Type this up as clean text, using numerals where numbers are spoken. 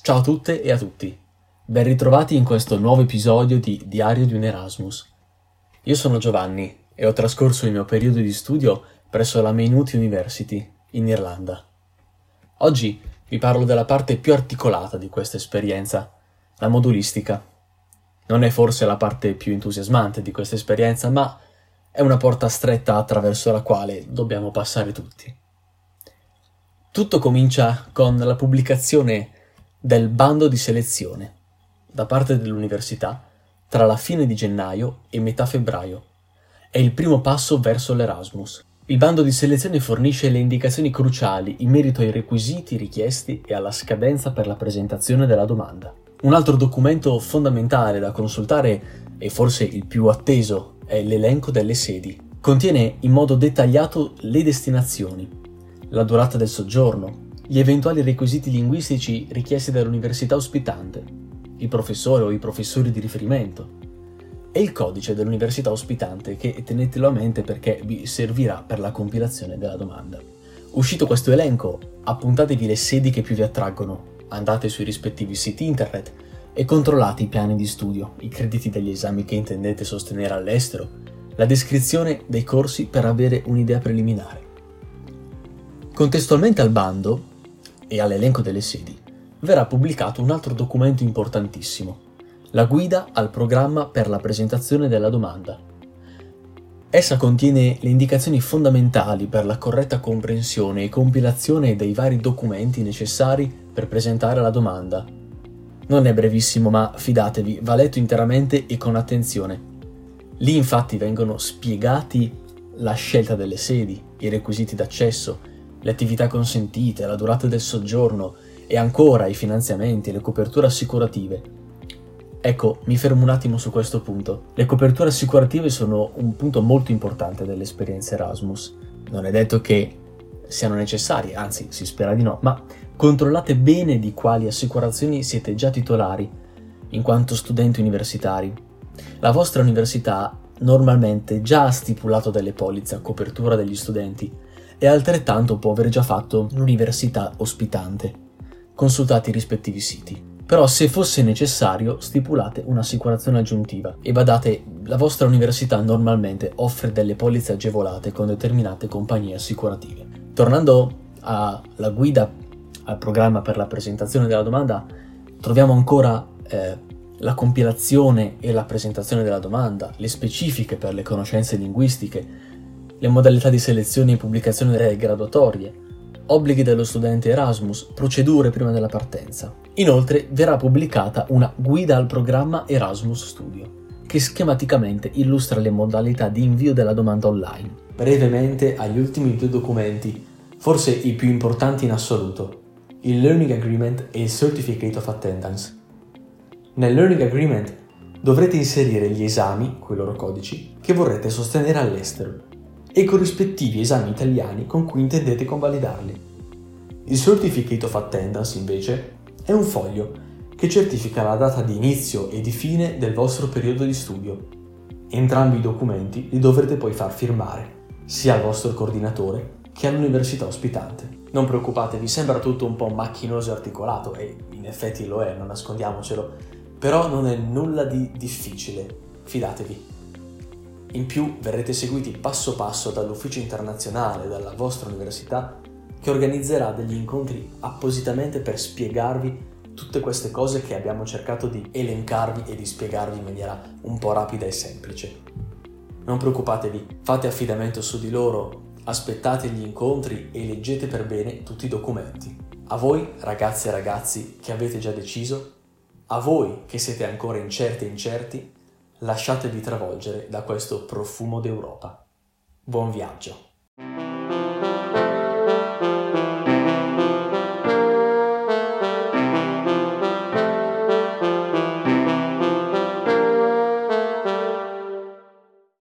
Ciao a tutte e a tutti, ben ritrovati in questo nuovo episodio di Diario di un Erasmus. Io sono Giovanni e ho trascorso il mio periodo di studio presso la Maynooth University in Irlanda. Oggi vi parlo della parte più articolata di questa esperienza, la modulistica. Non è forse la parte più entusiasmante di questa esperienza, ma è una porta stretta attraverso la quale dobbiamo passare tutti. Tutto comincia con la pubblicazione del bando di selezione da parte dell'università tra la fine di gennaio e metà febbraio. È il primo passo verso l'Erasmus. Il bando di selezione fornisce le indicazioni cruciali in merito ai requisiti richiesti e alla scadenza per la presentazione della domanda. Un altro documento fondamentale da consultare, e forse il più atteso, è l'elenco delle sedi. Contiene in modo dettagliato le destinazioni, la durata del soggiorno, gli eventuali requisiti linguistici richiesti dall'università ospitante, il professore o i professori di riferimento, e il codice dell'università ospitante che tenetelo a mente perché vi servirà per la compilazione della domanda. Uscito questo elenco, appuntatevi le sedi che più vi attraggono, andate sui rispettivi siti internet e controllate i piani di studio, i crediti degli esami che intendete sostenere all'estero, la descrizione dei corsi per avere un'idea preliminare. Contestualmente al bando e all'elenco delle sedi, verrà pubblicato un altro documento importantissimo, la guida al programma per la presentazione della domanda. Essa contiene le indicazioni fondamentali per la corretta comprensione e compilazione dei vari documenti necessari per presentare la domanda. Non è brevissimo, ma fidatevi, va letto interamente e con attenzione. Lì infatti vengono spiegati la scelta delle sedi, i requisiti d'accesso, le attività consentite, la durata del soggiorno e ancora i finanziamenti e le coperture assicurative. Ecco, mi fermo un attimo su questo punto. Le coperture assicurative sono un punto molto importante dell'esperienza Erasmus. Non è detto che siano necessarie, anzi si spera di no, ma controllate bene di quali assicurazioni siete già titolari in quanto studenti universitari. La vostra università normalmente già ha stipulato delle polizze a copertura degli studenti e altrettanto può aver già fatto l'università ospitante. Consultate i rispettivi siti. Però se fosse necessario stipulate un'assicurazione aggiuntiva e badate, la vostra università normalmente offre delle polizze agevolate con determinate compagnie assicurative. Tornando alla guida al programma per la presentazione della domanda, troviamo ancora la compilazione e la presentazione della domanda, le specifiche per le conoscenze linguistiche, le modalità di selezione e pubblicazione delle graduatorie, obblighi dello studente Erasmus, procedure prima della partenza. Inoltre verrà pubblicata una guida al programma Erasmus Studio, che schematicamente illustra le modalità di invio della domanda online. Brevemente agli ultimi due documenti, forse i più importanti in assoluto, il Learning Agreement e il Certificate of Attendance. Nel Learning Agreement dovrete inserire gli esami, coi loro codici, che vorrete sostenere all'estero e i corrispettivi esami italiani con cui intendete convalidarli. Il Certificate of Attendance, invece, è un foglio che certifica la data di inizio e di fine del vostro periodo di studio. Entrambi i documenti li dovrete poi far firmare, sia al vostro coordinatore che all'università ospitante. Non preoccupatevi, sembra tutto un po' macchinoso e articolato, e in effetti lo è, non nascondiamocelo, però non è nulla di difficile, fidatevi. In più verrete seguiti passo passo dall'ufficio internazionale della vostra università che organizzerà degli incontri appositamente per spiegarvi tutte queste cose che abbiamo cercato di elencarvi e di spiegarvi in maniera un po' rapida e semplice. Non preoccupatevi, fate affidamento su di loro, aspettate gli incontri e leggete per bene tutti i documenti. A voi, ragazze e ragazzi, che avete già deciso, a voi che siete ancora incerti e incerti, lasciatevi travolgere da questo profumo d'Europa. Buon viaggio!